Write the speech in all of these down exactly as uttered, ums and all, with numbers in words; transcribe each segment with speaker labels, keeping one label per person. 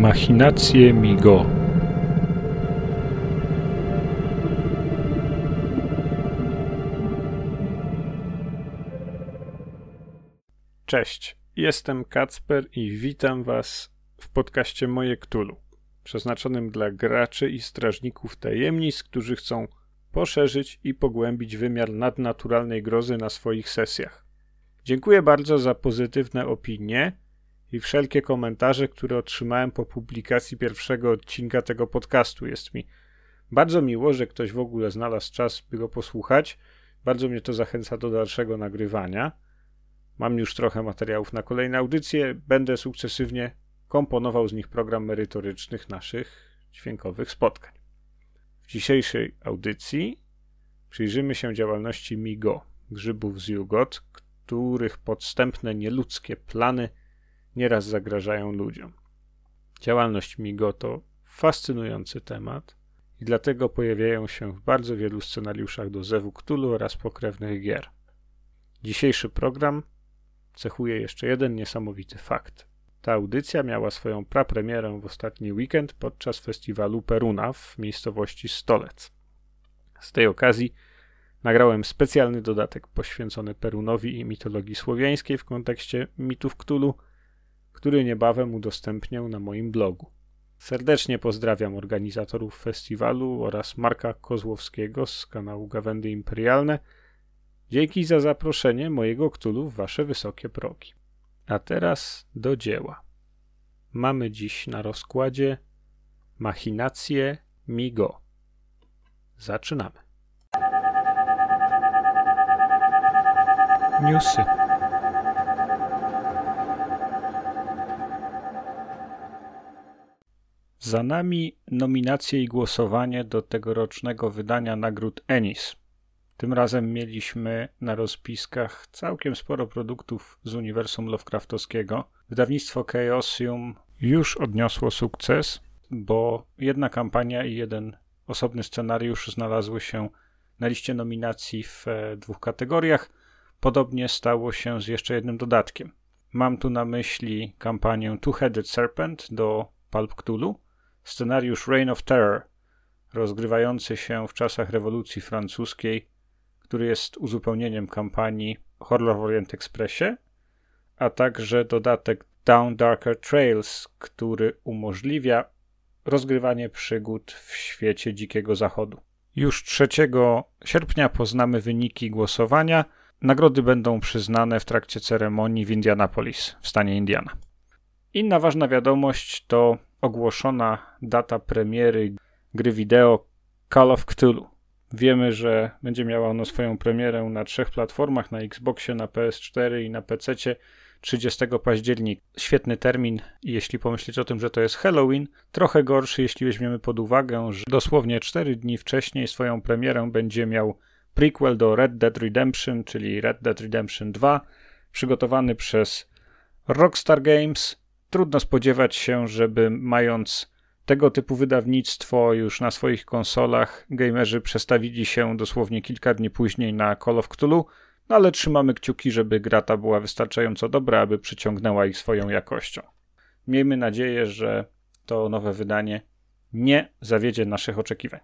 Speaker 1: Machinacje Migo. Cześć, jestem Kacper i witam Was w podcaście Moje Cthulhu, przeznaczonym dla graczy i strażników tajemnic, którzy chcą poszerzyć i pogłębić wymiar nadnaturalnej grozy na swoich sesjach. Dziękuję bardzo za pozytywne opinie i wszelkie komentarze, które otrzymałem po publikacji pierwszego odcinka tego podcastu. Jest mi bardzo miło, że ktoś w ogóle znalazł czas, by go posłuchać. Bardzo mnie to zachęca do dalszego nagrywania. Mam już trochę materiałów na kolejne audycje. Będę sukcesywnie komponował z nich program merytorycznych naszych dźwiękowych spotkań. W dzisiejszej audycji przyjrzymy się działalności Migo, grzybów z Jugot, których podstępne nieludzkie plany nieraz zagrażają ludziom. Działalność Migo to fascynujący temat i dlatego pojawiają się w bardzo wielu scenariuszach do Zewu Cthulhu oraz pokrewnych gier. Dzisiejszy program cechuje jeszcze jeden niesamowity fakt. Ta audycja miała swoją prapremierę w ostatni weekend podczas festiwalu Peruna w miejscowości Stolec. Z tej okazji nagrałem specjalny dodatek poświęcony Perunowi i mitologii słowiańskiej w kontekście mitów Cthulhu, który niebawem udostępnię na moim blogu. Serdecznie pozdrawiam organizatorów festiwalu oraz Marka Kozłowskiego z kanału Gawędy Imperialne. Dzięki za zaproszenie mojego Cthulhu w wasze wysokie progi. A teraz do dzieła. Mamy dziś na rozkładzie Machinacje Migo. Zaczynamy. Newsy. Za nami nominacje i głosowanie do tegorocznego wydania nagród Ennis. Tym razem mieliśmy na rozpiskach całkiem sporo produktów z uniwersum Lovecraftowskiego. Wydawnictwo Chaosium już odniosło sukces, bo jedna kampania i jeden osobny scenariusz znalazły się na liście nominacji w dwóch kategoriach. Podobnie stało się z jeszcze jednym dodatkiem. Mam tu na myśli kampanię Two-Headed Serpent do Pulp Cthulhu, scenariusz Reign of Terror, rozgrywający się w czasach rewolucji francuskiej, który jest uzupełnieniem kampanii Horror w Orient Expressie, a także dodatek Down Darker Trails, który umożliwia rozgrywanie przygód w świecie Dzikiego Zachodu. Już trzeciego sierpnia poznamy wyniki głosowania. Nagrody będą przyznane w trakcie ceremonii w Indianapolis, w stanie Indiana. Inna ważna wiadomość to ogłoszona data premiery gry wideo Call of Cthulhu. Wiemy, że będzie miała ono swoją premierę na trzech platformach, na Xboxie, na P S cztery i na pececie trzydziestego października. Świetny termin, jeśli pomyśleć o tym, że to jest Halloween. Trochę gorszy, jeśli weźmiemy pod uwagę, że dosłownie cztery dni wcześniej swoją premierę będzie miał prequel do Red Dead Redemption, czyli Red Dead Redemption dwa, przygotowany przez Rockstar Games. Trudno spodziewać się, żeby mając tego typu wydawnictwo już na swoich konsolach, gamerzy przestawili się dosłownie kilka dni później na Call of Cthulhu, no ale trzymamy kciuki, żeby gra ta była wystarczająco dobra, aby przyciągnęła ich swoją jakością. Miejmy nadzieję, że to nowe wydanie nie zawiedzie naszych oczekiwań.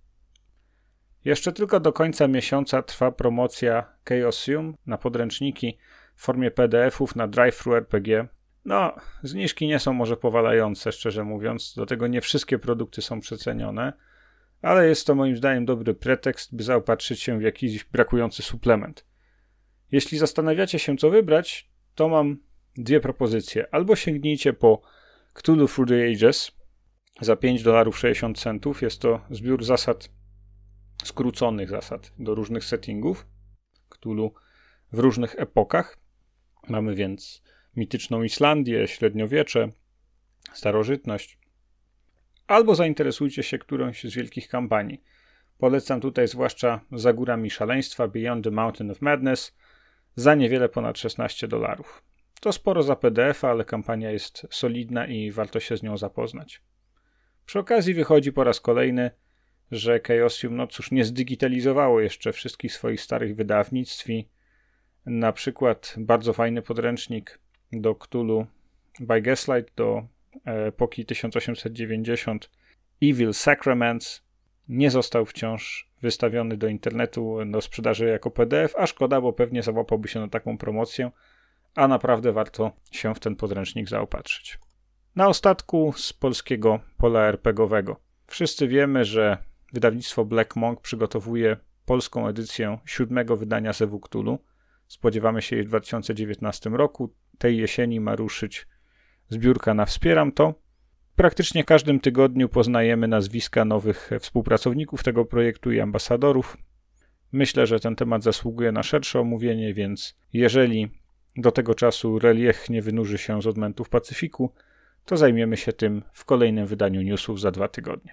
Speaker 1: Jeszcze tylko do końca miesiąca trwa promocja Chaosium na podręczniki w formie P D F-ów na Drive-Thru R P G. No, zniżki nie są może powalające, szczerze mówiąc, do tego nie wszystkie produkty są przecenione, ale jest to moim zdaniem dobry pretekst, by zaopatrzyć się w jakiś brakujący suplement. Jeśli zastanawiacie się, co wybrać, to mam dwie propozycje. Albo sięgnijcie po Cthulhu Through the Ages za pięć dolarów sześćdziesiąt centów. Jest to zbiór zasad, skróconych zasad do różnych settingów Cthulhu w różnych epokach. Mamy więc mityczną Islandię, średniowiecze, starożytność. Albo zainteresujcie się którąś z wielkich kampanii. Polecam tutaj zwłaszcza Za górami szaleństwa, Beyond the Mountain of Madness, za niewiele ponad szesnaście dolarów. To sporo za P D F-a, ale kampania jest solidna i warto się z nią zapoznać. Przy okazji wychodzi po raz kolejny, że Chaosium, no cóż, nie zdigitalizowało jeszcze wszystkich swoich starych wydawnictw i na przykład bardzo fajny podręcznik do Cthulhu by Gaslight, do epoki tysiąc osiemset dziewięćdziesiąt Evil Sacraments nie został wciąż wystawiony do internetu do sprzedaży jako P D F, a szkoda, bo pewnie załapałby się na taką promocję, a naprawdę warto się w ten podręcznik zaopatrzyć. Na ostatku z polskiego pola er pe gie owego. Wszyscy wiemy, że wydawnictwo Black Monk przygotowuje polską edycję siódmego wydania Zewu Cthulhu. Spodziewamy się jej w dwa tysiące dziewiętnastym roku. Tej jesieni ma ruszyć zbiórka na Wspieram to. Praktycznie każdym tygodniu poznajemy nazwiska nowych współpracowników tego projektu i ambasadorów. Myślę, że ten temat zasługuje na szersze omówienie, więc jeżeli do tego czasu Reliech nie wynurzy się z odmętów Pacyfiku, to zajmiemy się tym w kolejnym wydaniu newsów za dwa tygodnie.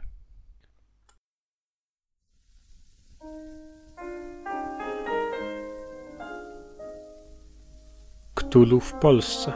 Speaker 1: Cthulhu w Polsce.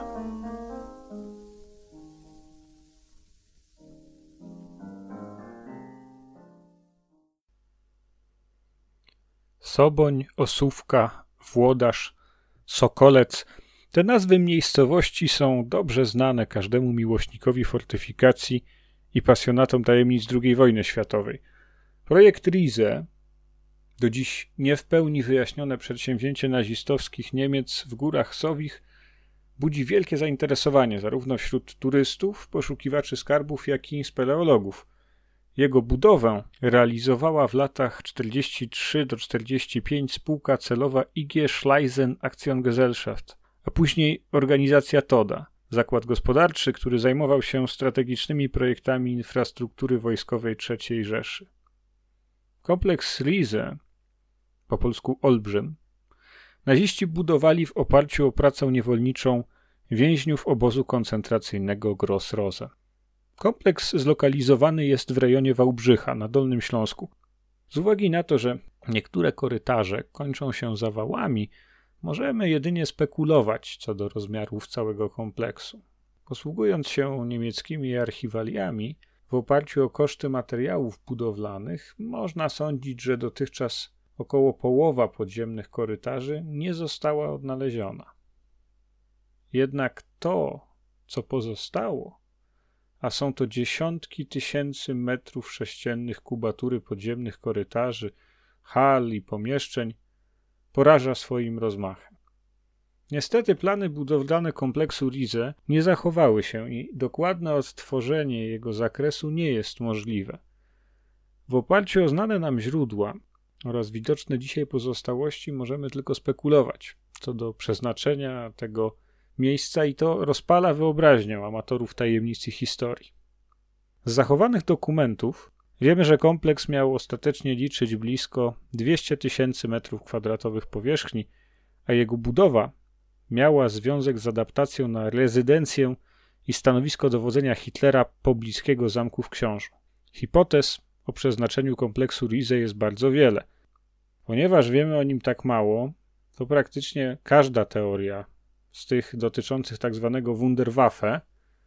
Speaker 1: Soboń, Osówka, Włodarz, Sokolec. Te nazwy miejscowości są dobrze znane każdemu miłośnikowi fortyfikacji i pasjonatom tajemnic drugiej wojny światowej. Projekt Riese, do dziś nie w pełni wyjaśnione przedsięwzięcie nazistowskich Niemiec w Górach Sowich, budzi wielkie zainteresowanie zarówno wśród turystów, poszukiwaczy skarbów, jak i speleologów. Jego budowę realizowała w latach czterdziestym trzecim do czterdziestego piątego spółka celowa I G Schleisen Aktiengesellschaft, a później organizacja Toda, zakład gospodarczy, który zajmował się strategicznymi projektami infrastruktury wojskowej trzeciej Rzeszy. Kompleks Riese, po polsku Olbrzym, naziści budowali w oparciu o pracę niewolniczą więźniów obozu koncentracyjnego Gross-Rosen. Kompleks zlokalizowany jest w rejonie Wałbrzycha na Dolnym Śląsku. Z uwagi na to, że niektóre korytarze kończą się zawałami, możemy jedynie spekulować co do rozmiarów całego kompleksu. Posługując się niemieckimi archiwaliami, w oparciu o koszty materiałów budowlanych, można sądzić, że dotychczas około połowa podziemnych korytarzy nie została odnaleziona. Jednak to, co pozostało, a są to dziesiątki tysięcy metrów sześciennych kubatury podziemnych korytarzy, hal i pomieszczeń, poraża swoim rozmachem. Niestety plany budowlane kompleksu Riese nie zachowały się i dokładne odtworzenie jego zakresu nie jest możliwe. W oparciu o znane nam źródła oraz widoczne dzisiaj pozostałości możemy tylko spekulować co do przeznaczenia tego miejsca i to rozpala wyobraźnię amatorów tajemnic i historii. Z zachowanych dokumentów wiemy, że kompleks miał ostatecznie liczyć blisko dwieście tysięcy metrów kwadratowych powierzchni, a jego budowa miała związek z adaptacją na rezydencję i stanowisko dowodzenia Hitlera pobliskiego zamku w Książu. Hipotez o przeznaczeniu kompleksu Riese jest bardzo wiele. Ponieważ wiemy o nim tak mało, to praktycznie każda teoria z tych dotyczących tak zwanego Wunderwaffe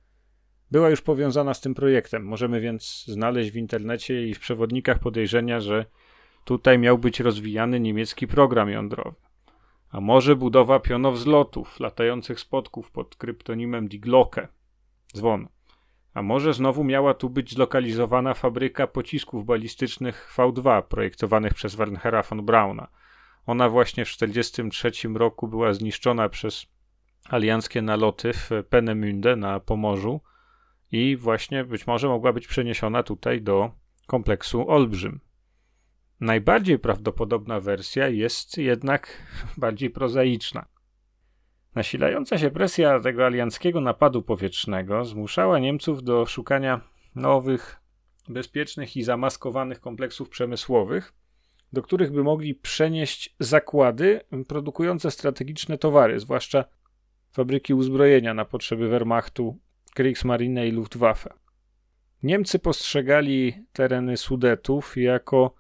Speaker 1: była już powiązana z tym projektem. Możemy więc znaleźć w internecie i w przewodnikach podejrzenia, że tutaj miał być rozwijany niemiecki program jądrowy. A może budowa pionowzlotów, latających spotków pod kryptonimem Die Glocke, dzwonu. A może znowu miała tu być zlokalizowana fabryka pocisków balistycznych V dwa projektowanych przez Wernera von Brauna. Ona właśnie w tysiąc dziewięćset czterdziestym trzecim roku była zniszczona przez alianckie naloty w Peenemünde na Pomorzu i właśnie być może mogła być przeniesiona tutaj do kompleksu Olbrzym. Najbardziej prawdopodobna wersja jest jednak bardziej prozaiczna. Nasilająca się presja tego alianckiego napadu powietrznego zmuszała Niemców do szukania nowych, bezpiecznych i zamaskowanych kompleksów przemysłowych, do których by mogli przenieść zakłady produkujące strategiczne towary, zwłaszcza fabryki uzbrojenia na potrzeby Wehrmachtu, Kriegsmarine i Luftwaffe. Niemcy postrzegali tereny Sudetów jako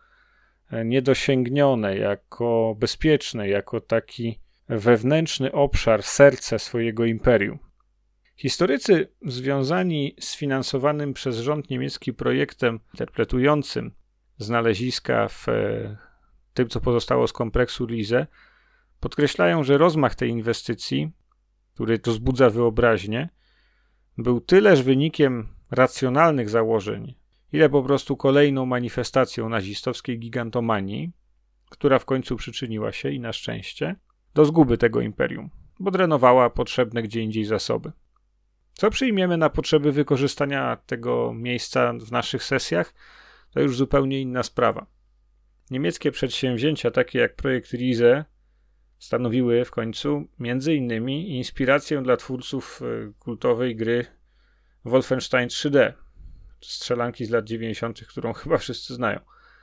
Speaker 1: niedosięgnione, jako bezpieczne, jako taki wewnętrzny obszar, serce swojego imperium. Historycy związani z finansowanym przez rząd niemiecki projektem interpretującym znaleziska w tym, co pozostało z kompleksu Riese, podkreślają, że rozmach tej inwestycji, który to wzbudza wyobraźnię, był tyleż wynikiem racjonalnych założeń, ile po prostu kolejną manifestacją nazistowskiej gigantomanii, która w końcu przyczyniła się, i na szczęście, do zguby tego imperium, bo drenowała potrzebne gdzie indziej zasoby. Co przyjmiemy na potrzeby wykorzystania tego miejsca w naszych sesjach, to już zupełnie inna sprawa. Niemieckie przedsięwzięcia, takie jak projekt Riese, stanowiły w końcu między innymi inspirację dla twórców kultowej gry Wolfenstein trzy D, strzelanki z lat dziewięćdziesiątych, którą chyba wszyscy znają.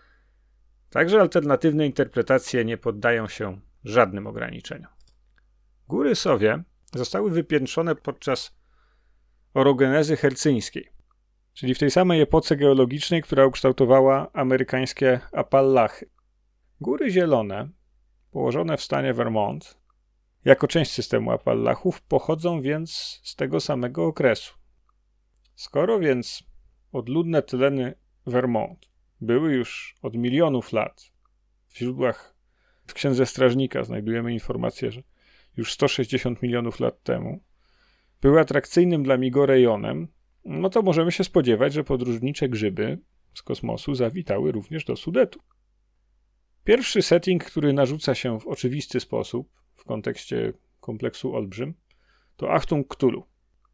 Speaker 1: Także alternatywne interpretacje nie poddają się żadnym ograniczeniom. Góry Sowie zostały wypiętrzone podczas orogenezy hercyńskiej, czyli w tej samej epoce geologicznej, która ukształtowała amerykańskie Appalachy. Góry Zielone, położone w stanie Vermont, jako część systemu Appalachów, pochodzą więc z tego samego okresu. Skoro więc odludne tereny Vermont były już od milionów lat, w źródłach w Księdze Strażnika znajdujemy informację, że już sto sześćdziesiąt milionów lat temu, były atrakcyjnym dla Migo rejonem, no to możemy się spodziewać, że podróżnicze grzyby z kosmosu zawitały również do Sudetu. Pierwszy setting, który narzuca się w oczywisty sposób w kontekście kompleksu Olbrzym, to Achtung Cthulhu.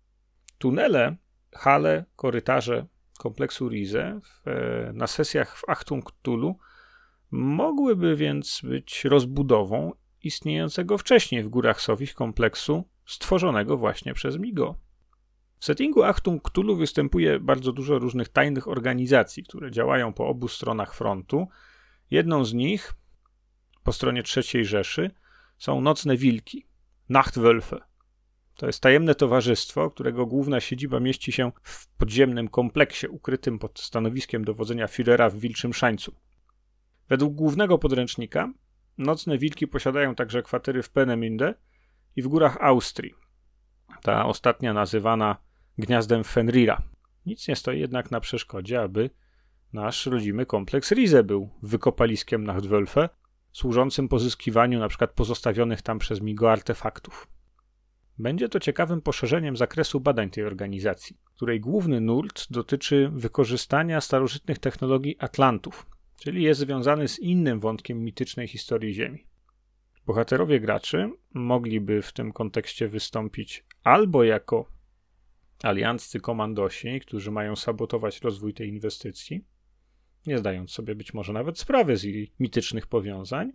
Speaker 1: Tunele, hale, korytarze kompleksu Riese w, na sesjach w Achtung Cthulhu mogłyby więc być rozbudową istniejącego wcześniej w Górach Sowich kompleksu stworzonego właśnie przez Migo. W settingu Achtung Cthulhu występuje bardzo dużo różnych tajnych organizacji, które działają po obu stronach frontu. Jedną z nich, po stronie trzeciej Rzeszy, są Nocne Wilki, Nachtwölfe. To jest tajemne towarzystwo, którego główna siedziba mieści się w podziemnym kompleksie ukrytym pod stanowiskiem dowodzenia Führera w Wilczym Szańcu. Według głównego podręcznika Nocne Wilki posiadają także kwatery w Peenemünde i w górach Austrii. Ta ostatnia nazywana Gniazdem Fenrira. Nic nie stoi jednak na przeszkodzie, aby nasz rodzimy kompleks Riese był wykopaliskiem Nachtwölfe, służącym pozyskiwaniu np. pozostawionych tam przez Migo artefaktów. Będzie to ciekawym poszerzeniem zakresu badań tej organizacji, której główny nurt dotyczy wykorzystania starożytnych technologii Atlantów, czyli jest związany z innym wątkiem mitycznej historii Ziemi. Bohaterowie graczy mogliby w tym kontekście wystąpić albo jako alianccy komandosi, którzy mają sabotować rozwój tej inwestycji, nie zdając sobie być może nawet sprawy z jej mitycznych powiązań,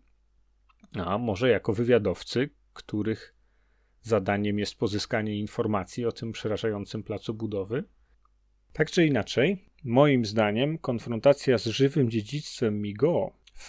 Speaker 1: a może jako wywiadowcy, których zadaniem jest pozyskanie informacji o tym przerażającym placu budowy. Tak czy inaczej, moim zdaniem konfrontacja z żywym dziedzictwem Migo w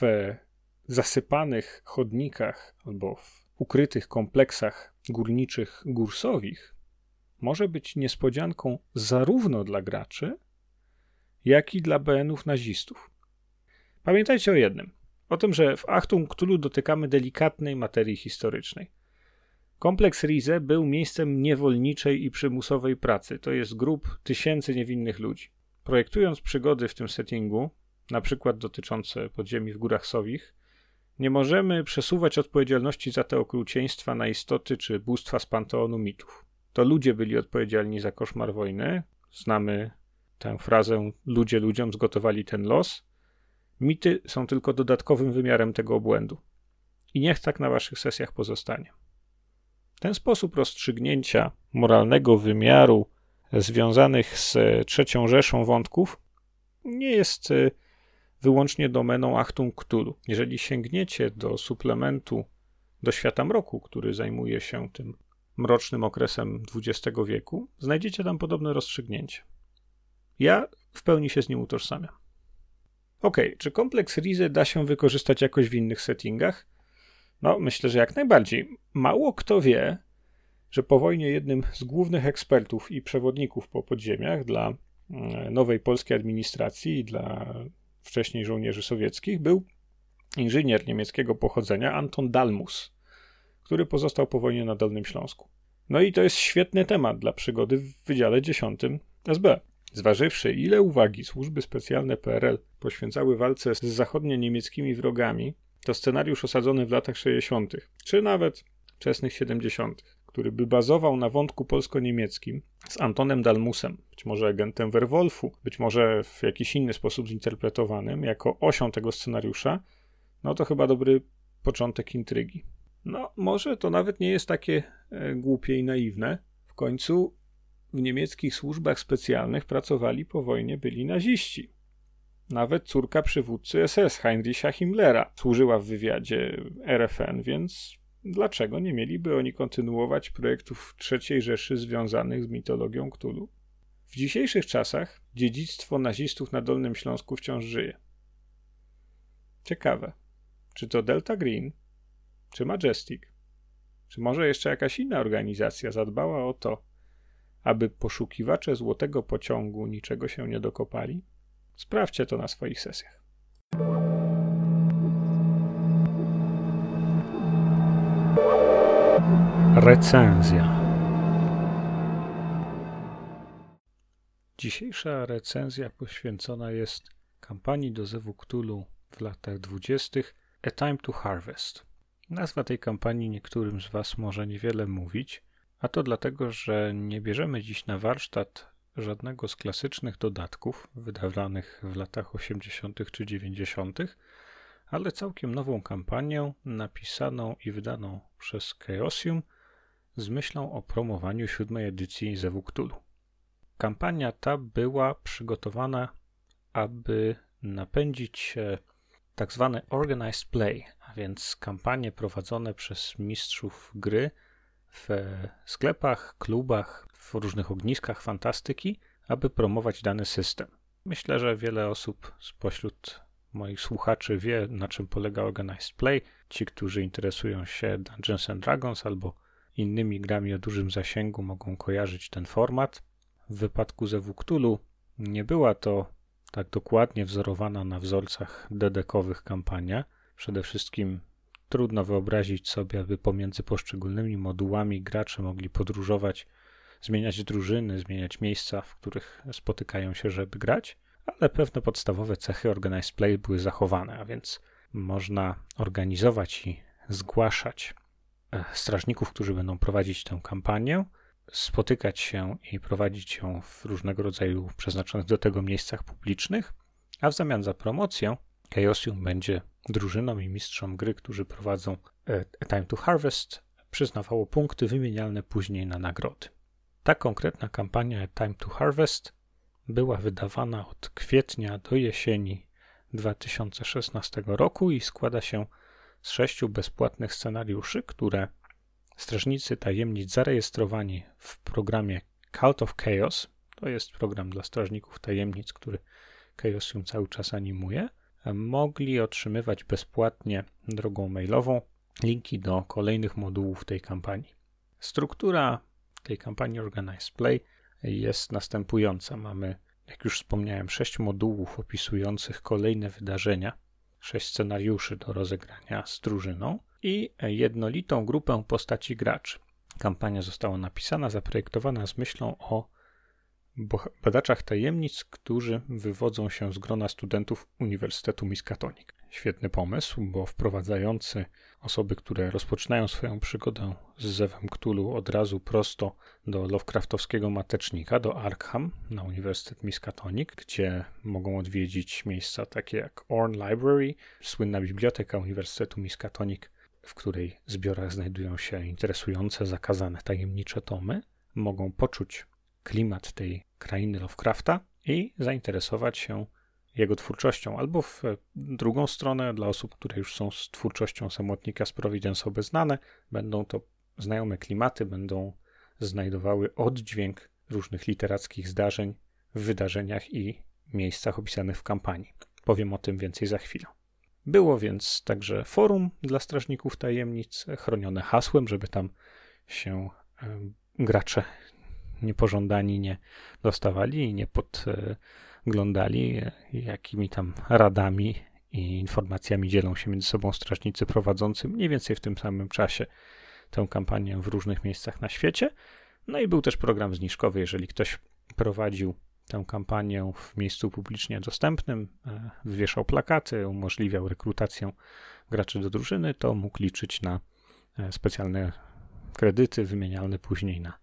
Speaker 1: zasypanych chodnikach albo w ukrytych kompleksach górniczych Gór Sowich może być niespodzianką zarówno dla graczy, jak i dla B N-ów nazistów. Pamiętajcie o jednym, o tym, że w Achtung Cthulhu dotykamy delikatnej materii historycznej. Kompleks Riese był miejscem niewolniczej i przymusowej pracy, to jest grup tysięcy niewinnych ludzi. Projektując przygody w tym settingu, na przykład dotyczące podziemi w Górach Sowich, nie możemy przesuwać odpowiedzialności za te okrucieństwa na istoty czy bóstwa z panteonu mitów. To ludzie byli odpowiedzialni za koszmar wojny. Znamy tę frazę, ludzie ludziom zgotowali ten los. Mity są tylko dodatkowym wymiarem tego obłędu. I niech tak na waszych sesjach pozostanie. Ten sposób rozstrzygnięcia moralnego wymiaru związanych z trzecią Rzeszą wątków nie jest wyłącznie domeną Achtung Cthulhu. Jeżeli sięgniecie do suplementu do Świata Mroku, który zajmuje się tym mrocznym okresem dwudziestego wieku, znajdziecie tam podobne rozstrzygnięcie. Ja w pełni się z nim utożsamiam. Ok, czy kompleks Riese da się wykorzystać jakoś w innych settingach? No, myślę, że jak najbardziej. Mało kto wie, że po wojnie jednym z głównych ekspertów i przewodników po podziemiach dla nowej polskiej administracji i dla wcześniej żołnierzy sowieckich był inżynier niemieckiego pochodzenia Anton Dalmus, który pozostał po wojnie na Dolnym Śląsku. No i to jest świetny temat dla przygody w Wydziale dziesiątym S B. Zważywszy, ile uwagi służby specjalne P R L poświęcały walce z zachodnio-niemieckimi wrogami, to scenariusz osadzony w latach sześćdziesiątych, czy nawet wczesnych siedemdziesiątych, który by bazował na wątku polsko-niemieckim z Antonem Dalmusem, być może agentem Werwolfu, być może w jakiś inny sposób zinterpretowanym jako osią tego scenariusza, no to chyba dobry początek intrygi. No, może to nawet nie jest takie e, głupie i naiwne. W końcu w niemieckich służbach specjalnych pracowali po wojnie byli naziści. Nawet córka przywódcy S S Heinricha Himmlera służyła w wywiadzie R F N, więc dlaczego nie mieliby oni kontynuować projektów trzeciej Rzeszy związanych z mitologią Cthulhu? W dzisiejszych czasach dziedzictwo nazistów na Dolnym Śląsku wciąż żyje. Ciekawe, czy to Delta Green, czy Majestic, czy może jeszcze jakaś inna organizacja zadbała o to, aby poszukiwacze złotego pociągu niczego się nie dokopali? Sprawdźcie to na swoich sesjach. Recenzja. Dzisiejsza recenzja poświęcona jest kampanii do Zewu Cthulhu w latach dwudziestych A Time to Harvest. Nazwa tej kampanii niektórym z Was może niewiele mówić, a to dlatego, że nie bierzemy dziś na warsztat żadnego z klasycznych dodatków wydawanych w latach osiemdziesiątych czy dziewięćdziesiątych, ale całkiem nową kampanię napisaną i wydaną przez Chaosium z myślą o promowaniu siódmej edycji Zewu Cthulhu. Kampania ta była przygotowana, aby napędzić tak zwane organized play, a więc kampanie prowadzone przez mistrzów gry w sklepach, klubach, w różnych ogniskach fantastyki, aby promować dany system. Myślę, że wiele osób spośród moich słuchaczy wie, na czym polega organized play. Ci, którzy interesują się Dungeons and Dragons albo innymi grami o dużym zasięgu, mogą kojarzyć ten format. W wypadku Zewu Cthulhu nie była to tak dokładnie wzorowana na wzorcach dedekowych kampania. Przede wszystkim trudno wyobrazić sobie, aby pomiędzy poszczególnymi modułami gracze mogli podróżować, zmieniać drużyny, zmieniać miejsca, w których spotykają się, żeby grać, ale pewne podstawowe cechy organized play były zachowane, a więc można organizować i zgłaszać strażników, którzy będą prowadzić tę kampanię, spotykać się i prowadzić ją w różnego rodzaju przeznaczonych do tego miejscach publicznych, a w zamian za promocję Chaosium będzie drużynom i mistrzom gry, którzy prowadzą A Time to Harvest, przyznawało punkty wymienialne później na nagrody. Ta konkretna kampania A Time to Harvest była wydawana od kwietnia do jesieni dwa tysiące szesnastego roku i składa się z sześciu bezpłatnych scenariuszy, które strażnicy tajemnic zarejestrowani w programie Cult of Chaos, to jest program dla strażników tajemnic, który Chaosium cały czas animuje, mogli otrzymywać bezpłatnie drogą mailową linki do kolejnych modułów tej kampanii. Struktura tej kampanii Organized Play jest następująca. Mamy, jak już wspomniałem, sześć modułów opisujących kolejne wydarzenia, sześć scenariuszy do rozegrania z drużyną i jednolitą grupę postaci graczy. Kampania została napisana, zaprojektowana z myślą o badaczach tajemnic, którzy wywodzą się z grona studentów Uniwersytetu Miskatonic. Świetny pomysł, bo wprowadzający osoby, które rozpoczynają swoją przygodę z Zewem Cthulhu od razu prosto do Lovecraftowskiego matecznika, do Arkham na Uniwersytet Miskatonic, gdzie mogą odwiedzić miejsca takie jak Orne Library, słynna biblioteka Uniwersytetu Miskatonic, w której zbiorach znajdują się interesujące, zakazane, tajemnicze tomy, mogą poczuć klimat tej krainy Lovecrafta i zainteresować się jego twórczością, albo w drugą stronę, dla osób, które już są z twórczością Samotnika z Providence obeznane, będą to znajome klimaty, będą znajdowały oddźwięk różnych literackich zdarzeń w wydarzeniach i miejscach opisanych w kampanii. Powiem o tym więcej za chwilę. Było więc także forum dla strażników tajemnic, chronione hasłem, żeby tam się y, gracze niepożądani nie dostawali i nie podglądali, jakimi tam radami i informacjami dzielą się między sobą strażnicy prowadzący mniej więcej w tym samym czasie tę kampanię w różnych miejscach na świecie. No i był też program zniżkowy, jeżeli ktoś prowadził tę kampanię w miejscu publicznie dostępnym, wywieszał plakaty, umożliwiał rekrutację graczy do drużyny, to mógł liczyć na specjalne kredyty wymienialne później na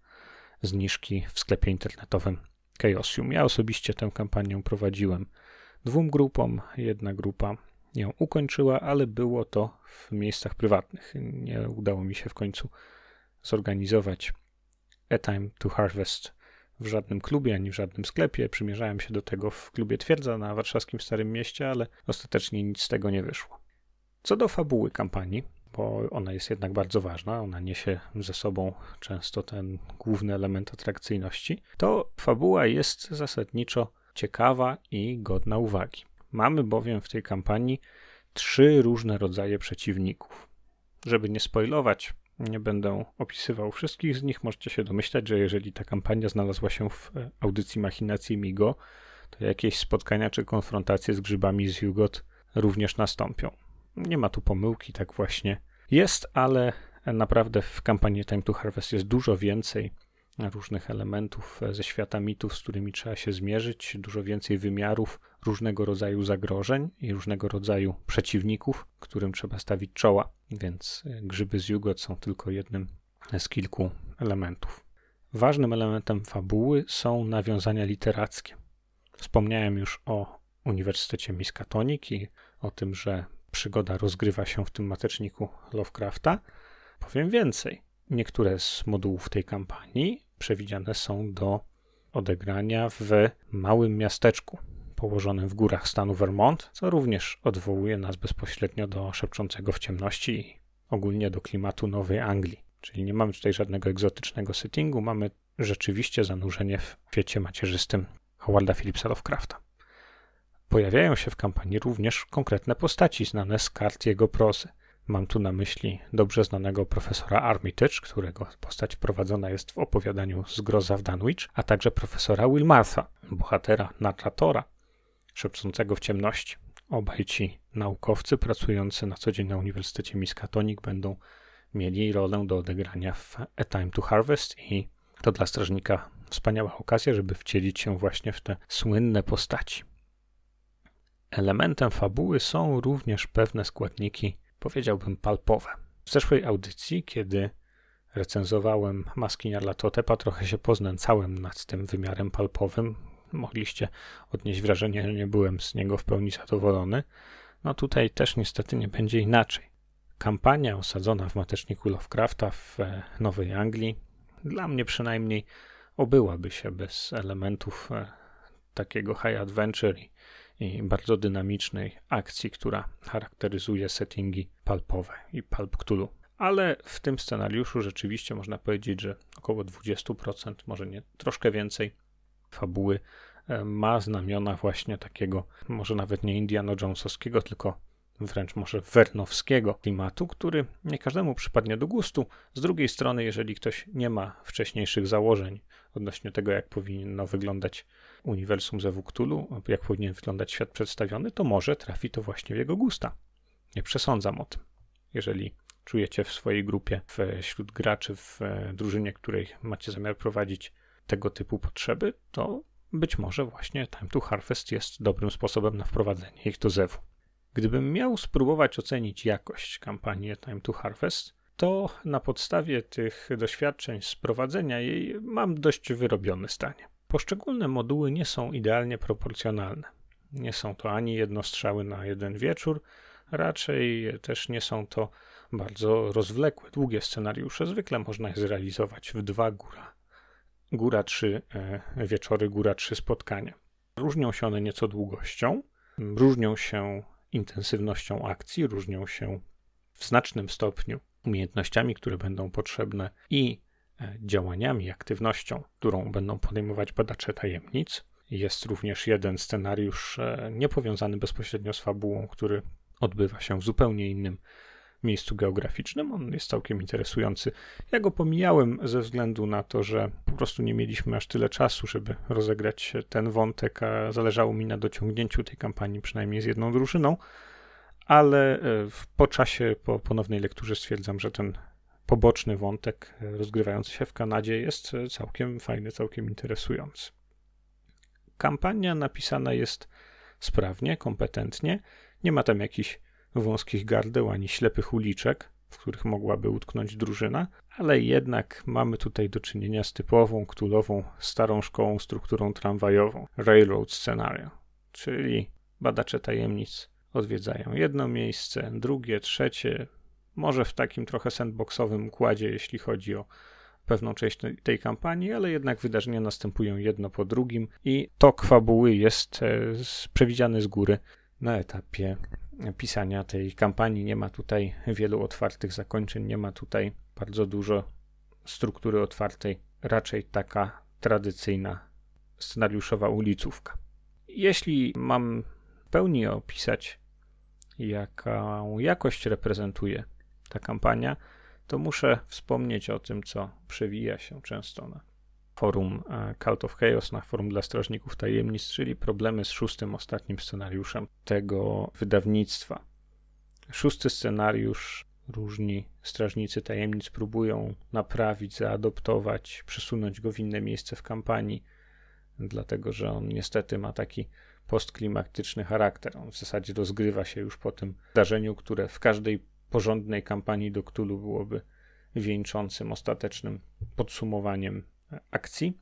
Speaker 1: zniżki w sklepie internetowym Chaosium. Ja osobiście tę kampanię prowadziłem dwóm grupom. Jedna grupa ją ukończyła, ale było to w miejscach prywatnych. Nie udało mi się w końcu zorganizować A Time to Harvest w żadnym klubie, ani w żadnym sklepie. Przymierzałem się do tego w klubie Twierdza na warszawskim Starym Mieście, ale ostatecznie nic z tego nie wyszło. Co do fabuły kampanii, bo ona jest jednak bardzo ważna, ona niesie ze sobą często ten główny element atrakcyjności, to fabuła jest zasadniczo ciekawa i godna uwagi. Mamy bowiem w tej kampanii trzy różne rodzaje przeciwników. Żeby nie spoilować, nie będę opisywał wszystkich z nich. Możecie się domyślać, że jeżeli ta kampania znalazła się w audycji Machinacji Migo, to jakieś spotkania czy konfrontacje z grzybami z Jugot również nastąpią. Nie ma tu pomyłki, tak właśnie jest, ale naprawdę w kampanii Time to Harvest jest dużo więcej różnych elementów ze świata mitów, z którymi trzeba się zmierzyć, dużo więcej wymiarów, różnego rodzaju zagrożeń i różnego rodzaju przeciwników, którym trzeba stawić czoła, więc grzyby z Jugot są tylko jednym z kilku elementów. Ważnym elementem fabuły są nawiązania literackie. Wspomniałem już o Uniwersytecie Miskatonic i o tym, że przygoda rozgrywa się w tym mateczniku Lovecrafta. Powiem więcej. Niektóre z modułów tej kampanii przewidziane są do odegrania w małym miasteczku położonym w górach stanu Vermont, co również odwołuje nas bezpośrednio do Szepczącego w ciemności i ogólnie do klimatu Nowej Anglii. Czyli nie mamy tutaj żadnego egzotycznego settingu, mamy rzeczywiście zanurzenie w świecie macierzystym Howarda Phillipsa Lovecrafta. Pojawiają się w kampanii również konkretne postaci znane z kart jego prozy. Mam tu na myśli dobrze znanego profesora Armitage, którego postać wprowadzona jest w opowiadaniu Zgroza w Dunwich, a także profesora Wilmartha, bohatera, narratora Szepczącego w ciemności. Obaj ci naukowcy pracujący na co dzień na Uniwersytecie Miskatonic będą mieli rolę do odegrania w A Time to Harvest i to dla strażnika wspaniała okazja, żeby wcielić się właśnie w te słynne postaci. Elementem fabuły są również pewne składniki, powiedziałbym, palpowe. W zeszłej audycji, kiedy recenzowałem Maski Nyarlathotepa, trochę się poznęcałem nad tym wymiarem palpowym. Mogliście odnieść wrażenie, że nie byłem z niego w pełni zadowolony. No tutaj też niestety nie będzie inaczej. Kampania osadzona w mateczniku Lovecrafta w Nowej Anglii, dla mnie przynajmniej, obyłaby się bez elementów takiego high adventure i i bardzo dynamicznej akcji, która charakteryzuje settingi pulpowe i Pulp Cthulhu. Ale w tym scenariuszu rzeczywiście można powiedzieć, że około dwadzieścia procent, może nie, troszkę więcej fabuły ma znamiona właśnie takiego, może nawet nie Indiana Jonesowskiego, tylko wręcz może wernowskiego klimatu, który nie każdemu przypadnie do gustu. Z drugiej strony, jeżeli ktoś nie ma wcześniejszych założeń odnośnie tego, jak powinno wyglądać uniwersum Zewu Cthulhu, jak powinien wyglądać świat przedstawiony, to może trafi to właśnie w jego gusta. Nie przesądzam o tym. Jeżeli czujecie w swojej grupie, wśród graczy, w drużynie, której macie zamiar prowadzić tego typu potrzeby, to być może właśnie Time to Harvest jest dobrym sposobem na wprowadzenie ich do Zewu. Gdybym miał spróbować ocenić jakość kampanii Time to Harvest, to na podstawie tych doświadczeń z prowadzenia jej mam dość wyrobione zdanie. Poszczególne moduły nie są idealnie proporcjonalne. Nie są to ani jednostrzały na jeden wieczór, raczej też nie są to bardzo rozwlekłe, długie scenariusze. Zwykle można je zrealizować w dwa, góra, góra trzy e, wieczory, góra trzy spotkania. Różnią się one nieco długością, różnią się intensywnością akcji, różnią się w znacznym stopniu umiejętnościami, które będą potrzebne i działaniami, aktywnością, którą będą podejmować badacze tajemnic. Jest również jeden scenariusz niepowiązany bezpośrednio z fabułą, który odbywa się w zupełnie innym miejscu geograficznym. On jest całkiem interesujący. Ja go pomijałem ze względu na to, że po prostu nie mieliśmy aż tyle czasu, żeby rozegrać ten wątek, a zależało mi na dociągnięciu tej kampanii przynajmniej z jedną drużyną, ale po czasie, po ponownej lekturze stwierdzam, że ten poboczny wątek rozgrywający się w Kanadzie jest całkiem fajny, całkiem interesujący. Kampania napisana jest sprawnie, kompetentnie, nie ma tam jakichś wąskich gardeł ani ślepych uliczek. w których mogłaby utknąć drużyna, ale jednak mamy tutaj do czynienia z typową, cthulhową, starą szkołą strukturą tramwajową, railroad scenario, czyli badacze tajemnic odwiedzają jedno miejsce, drugie, trzecie, może w takim trochę sandboxowym układzie, jeśli chodzi o pewną część tej kampanii, ale jednak wydarzenia następują jedno po drugim i tok fabuły jest przewidziany z góry na etapie pisania tej kampanii. Nie ma tutaj wielu otwartych zakończeń, nie ma tutaj bardzo dużo struktury otwartej, raczej taka tradycyjna scenariuszowa ulicówka. Jeśli mam w pełni opisać, jaką jakość reprezentuje ta kampania, to muszę wspomnieć o tym, co przewija się często na forum Cult of Chaos, na forum dla strażników tajemnic, czyli problemy z szóstym, ostatnim scenariuszem tego wydawnictwa. Szósty scenariusz różni strażnicy tajemnic próbują naprawić, zaadoptować, przesunąć go w inne miejsce w kampanii, dlatego że on niestety ma taki postklimaktyczny charakter. On w zasadzie rozgrywa się już po tym zdarzeniu, które w każdej porządnej kampanii do Cthulhu byłoby wieńczącym, ostatecznym podsumowaniem akcji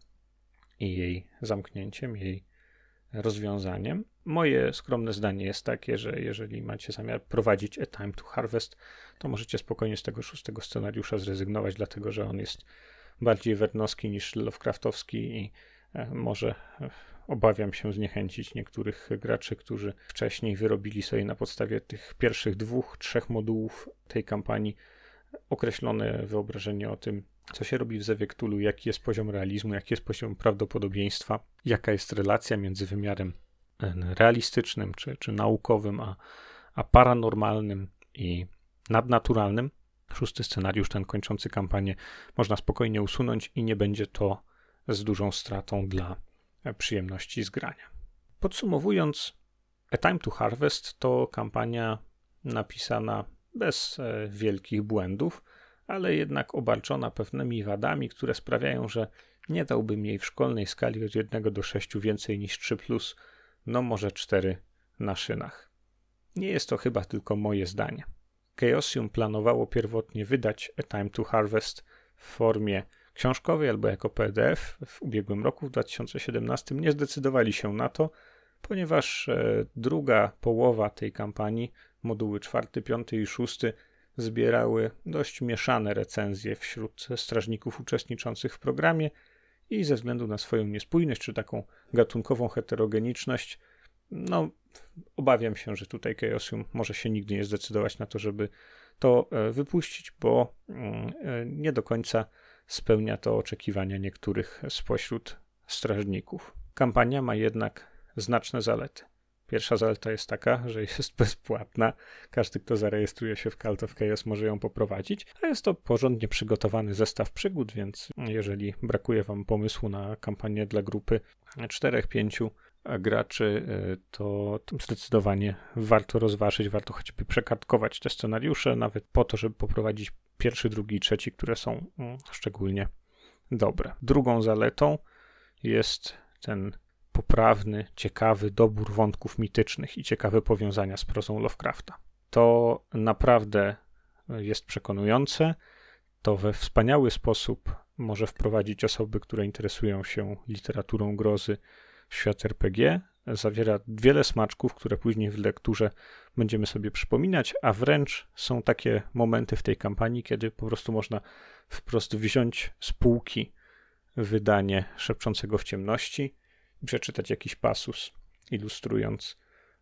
Speaker 1: i jej zamknięciem, jej rozwiązaniem. Moje skromne zdanie jest takie, że jeżeli macie zamiar prowadzić A Time to Harvest, to możecie spokojnie z tego szóstego scenariusza zrezygnować, dlatego że on jest bardziej wernowski niż Lovecraftowski i może, obawiam się, zniechęcić niektórych graczy, którzy wcześniej wyrobili sobie na podstawie tych pierwszych dwóch, trzech modułów tej kampanii określone wyobrażenie o tym, co się robi w Zewie Cthulhu, jaki jest poziom realizmu, jaki jest poziom prawdopodobieństwa, jaka jest relacja między wymiarem realistycznym czy, czy naukowym, a, a paranormalnym i nadnaturalnym. Szósty scenariusz, ten kończący kampanię, można spokojnie usunąć i nie będzie to z dużą stratą dla przyjemności z grania. Podsumowując, A Time to Harvest to kampania napisana bez e, wielkich błędów, ale jednak obarczona pewnymi wadami, które sprawiają, że nie dałbym jej w szkolnej skali od jednego do sześciu więcej niż trzy plus, no może cztery na szynach. Nie jest to chyba tylko moje zdanie. Chaosium planowało pierwotnie wydać A Time to Harvest w formie książkowej albo jako P D F w ubiegłym roku, w dwa tysiące siedemnastym. Nie zdecydowali się na to, ponieważ e, druga połowa tej kampanii, moduły czwarty, piąty i szósty, zbierały dość mieszane recenzje wśród strażników uczestniczących w programie i ze względu na swoją niespójność czy taką gatunkową heterogeniczność, no obawiam się, że tutaj Chaosium może się nigdy nie zdecydować na to, żeby to wypuścić, bo nie do końca spełnia to oczekiwania niektórych spośród strażników. Kampania ma jednak znaczne zalety. Pierwsza zaleta jest taka, że jest bezpłatna. Każdy, kto zarejestruje się w Cult of Chaos, może ją poprowadzić. A jest to porządnie przygotowany zestaw przygód, więc jeżeli brakuje wam pomysłu na kampanię dla grupy czterech, pięciu graczy, to zdecydowanie warto rozważyć, warto choćby przekartkować te scenariusze, nawet po to, żeby poprowadzić pierwszy, drugi i trzeci, które są szczególnie dobre. Drugą zaletą jest ten poprawny, ciekawy dobór wątków mitycznych i ciekawe powiązania z prozą Lovecrafta. To naprawdę jest przekonujące, to we wspaniały sposób może wprowadzić osoby, które interesują się literaturą grozy w świat R P G. Zawiera wiele smaczków, które później w lekturze będziemy sobie przypominać, a wręcz są takie momenty w tej kampanii, kiedy po prostu można wprost wziąć z półki wydanie Szepczącego w ciemności i przeczytać jakiś pasus, ilustrując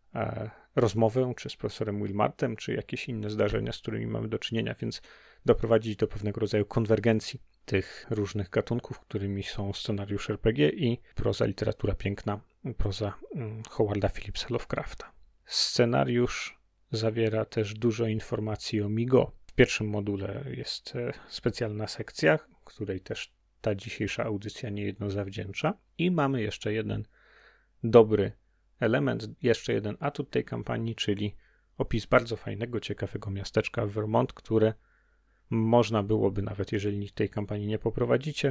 Speaker 1: e, rozmowę, czy z profesorem Wilmartem, czy jakieś inne zdarzenia, z którymi mamy do czynienia, więc doprowadzić do pewnego rodzaju konwergencji tych różnych gatunków, którymi są scenariusze R P G i proza, literatura piękna, proza mm, Howarda Phillipsa Lovecrafta. Scenariusz zawiera też dużo informacji o Migo. W pierwszym module jest e, specjalna sekcja, której też ta dzisiejsza audycja niejedno zawdzięcza. I mamy jeszcze jeden dobry element, jeszcze jeden atut tej kampanii, czyli opis bardzo fajnego, ciekawego miasteczka w Vermont, które można byłoby, nawet jeżeli tej kampanii nie poprowadzicie,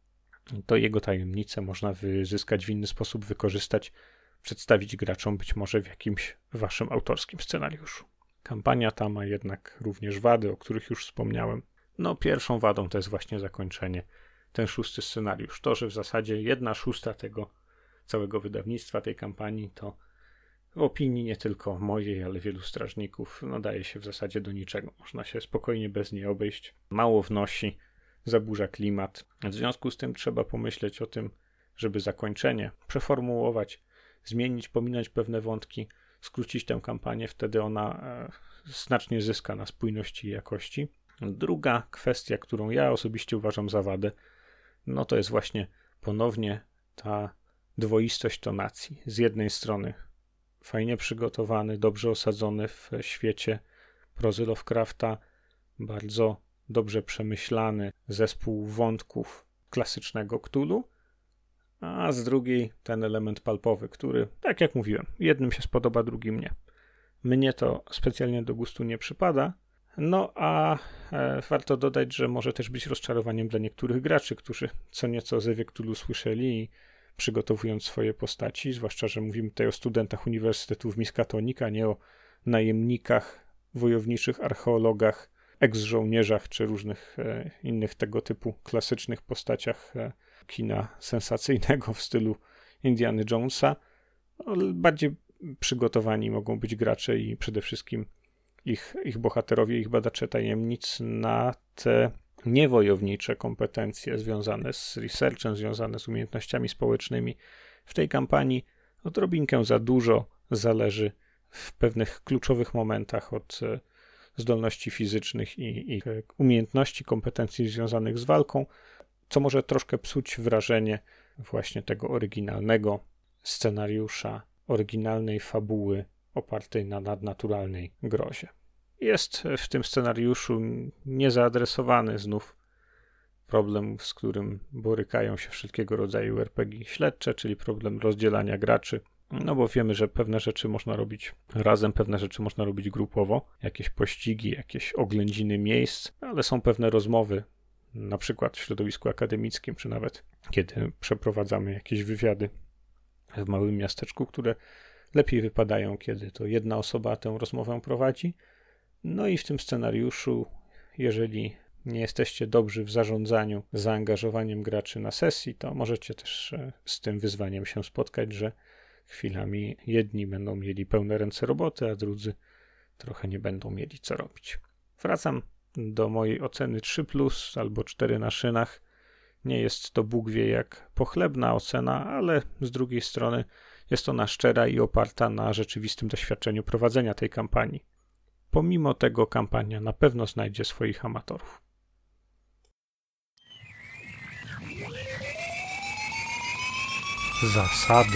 Speaker 1: to jego tajemnice można wyzyskać w inny sposób, wykorzystać, przedstawić graczom być może w jakimś waszym autorskim scenariuszu. Kampania ta ma jednak również wady, o których już wspomniałem. No pierwszą wadą to jest właśnie zakończenie, ten szósty scenariusz. To, że w zasadzie jedna szósta tego całego wydawnictwa tej kampanii to w opinii nie tylko mojej, ale wielu strażników nadaje się w zasadzie do niczego. Można się spokojnie bez niej obejść. Mało wnosi, zaburza klimat. W związku z tym trzeba pomyśleć o tym, żeby zakończenie przeformułować, zmienić, pominąć pewne wątki, skrócić tę kampanię, wtedy ona e, znacznie zyska na spójności i jakości. Druga kwestia, którą ja osobiście uważam za wadę, no to jest właśnie ponownie ta dwoistość tonacji. Z jednej strony fajnie przygotowany, dobrze osadzony w świecie prozy Lovecrafta, bardzo dobrze przemyślany zespół wątków klasycznego Cthulhu, a z drugiej ten element palpowy, który, tak jak mówiłem, jednym się spodoba, drugim nie. Mnie to specjalnie do gustu nie przypada, no a e, warto dodać, że może też być rozczarowaniem dla niektórych graczy, którzy co nieco o Zewie Cthulhu słyszeli i przygotowując swoje postaci, zwłaszcza, że mówimy tutaj o studentach Uniwersytetu w Miskatonic, a nie o najemnikach, wojowniczych archeologach, eks-żołnierzach czy różnych e, innych tego typu klasycznych postaciach e, kina sensacyjnego w stylu Indiana Jonesa. Bardziej przygotowani mogą być gracze i przede wszystkim ich, ich bohaterowie, ich badacze tajemnic na te niewojownicze kompetencje związane z researchem, związane z umiejętnościami społecznymi. W tej kampanii odrobinkę za dużo zależy w pewnych kluczowych momentach od zdolności fizycznych i, i umiejętności, kompetencji związanych z walką, co może troszkę psuć wrażenie właśnie tego oryginalnego scenariusza, oryginalnej fabuły opartej na nadnaturalnej grozie. Jest w tym scenariuszu niezaadresowany znów problem, z którym borykają się wszelkiego rodzaju er pe gie śledcze, czyli problem rozdzielania graczy. No bo wiemy, że pewne rzeczy można robić razem, pewne rzeczy można robić grupowo, jakieś pościgi, jakieś oględziny miejsc, ale są pewne rozmowy, na przykład w środowisku akademickim, czy nawet kiedy przeprowadzamy jakieś wywiady w małym miasteczku, które lepiej wypadają, kiedy to jedna osoba tę rozmowę prowadzi. No i w tym scenariuszu, jeżeli nie jesteście dobrzy w zarządzaniu zaangażowaniem graczy na sesji, to możecie też z tym wyzwaniem się spotkać, że chwilami jedni będą mieli pełne ręce roboty, a drudzy trochę nie będą mieli co robić. Wracam do mojej oceny trzy plus albo cztery na szynach. Nie jest to Bóg wie jak pochlebna ocena, ale z drugiej strony jest ona szczera i oparta na rzeczywistym doświadczeniu prowadzenia tej kampanii. Pomimo tego kampania na pewno znajdzie swoich amatorów. Zasady.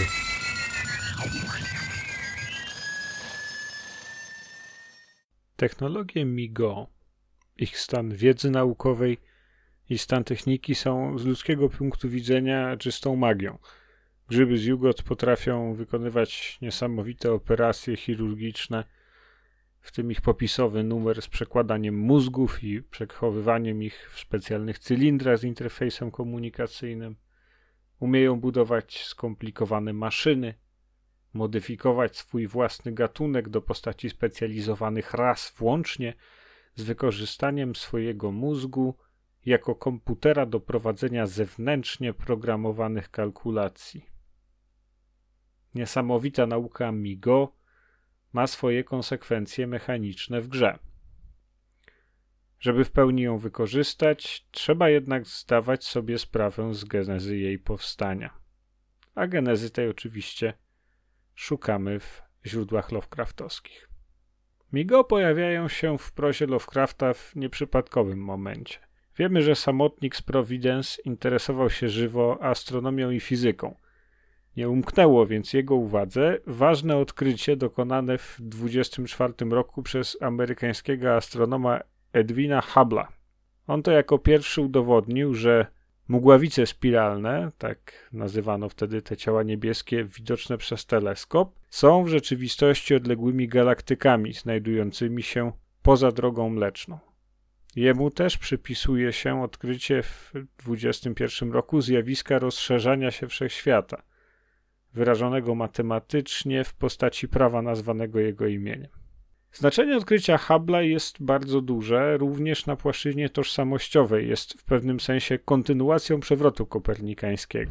Speaker 1: Technologie M I G O, ich stan wiedzy naukowej i stan techniki są z ludzkiego punktu widzenia czystą magią. Grzyby z Jugot potrafią wykonywać niesamowite operacje chirurgiczne, w tym ich popisowy numer z przekładaniem mózgów i przechowywaniem ich w specjalnych cylindrach z interfejsem komunikacyjnym. Umieją budować skomplikowane maszyny, modyfikować swój własny gatunek do postaci specjalizowanych ras, włącznie z wykorzystaniem swojego mózgu jako komputera do prowadzenia zewnętrznie programowanych kalkulacji. Niesamowita nauka M I G O ma swoje konsekwencje mechaniczne w grze. Żeby w pełni ją wykorzystać, trzeba jednak zdawać sobie sprawę z genezy jej powstania. A genezy tej oczywiście szukamy w źródłach Lovecraftowskich. M I G O pojawiają się w prozie Lovecrafta w nieprzypadkowym momencie. Wiemy, że samotnik z Providence interesował się żywo astronomią i fizyką. Nie umknęło więc jego uwadze ważne odkrycie dokonane w dwudziestym czwartym roku przez amerykańskiego astronoma Edwina Hubble'a. On to jako pierwszy udowodnił, że mgławice spiralne, tak nazywano wtedy te ciała niebieskie widoczne przez teleskop, są w rzeczywistości odległymi galaktykami znajdującymi się poza drogą mleczną. Jemu też przypisuje się odkrycie w dwudziestym pierwszym roku zjawiska rozszerzania się wszechświata, wyrażonego matematycznie w postaci prawa nazwanego jego imieniem. Znaczenie odkrycia Hubble'a jest bardzo duże, również na płaszczyźnie tożsamościowej. Jest w pewnym sensie kontynuacją przewrotu kopernikańskiego.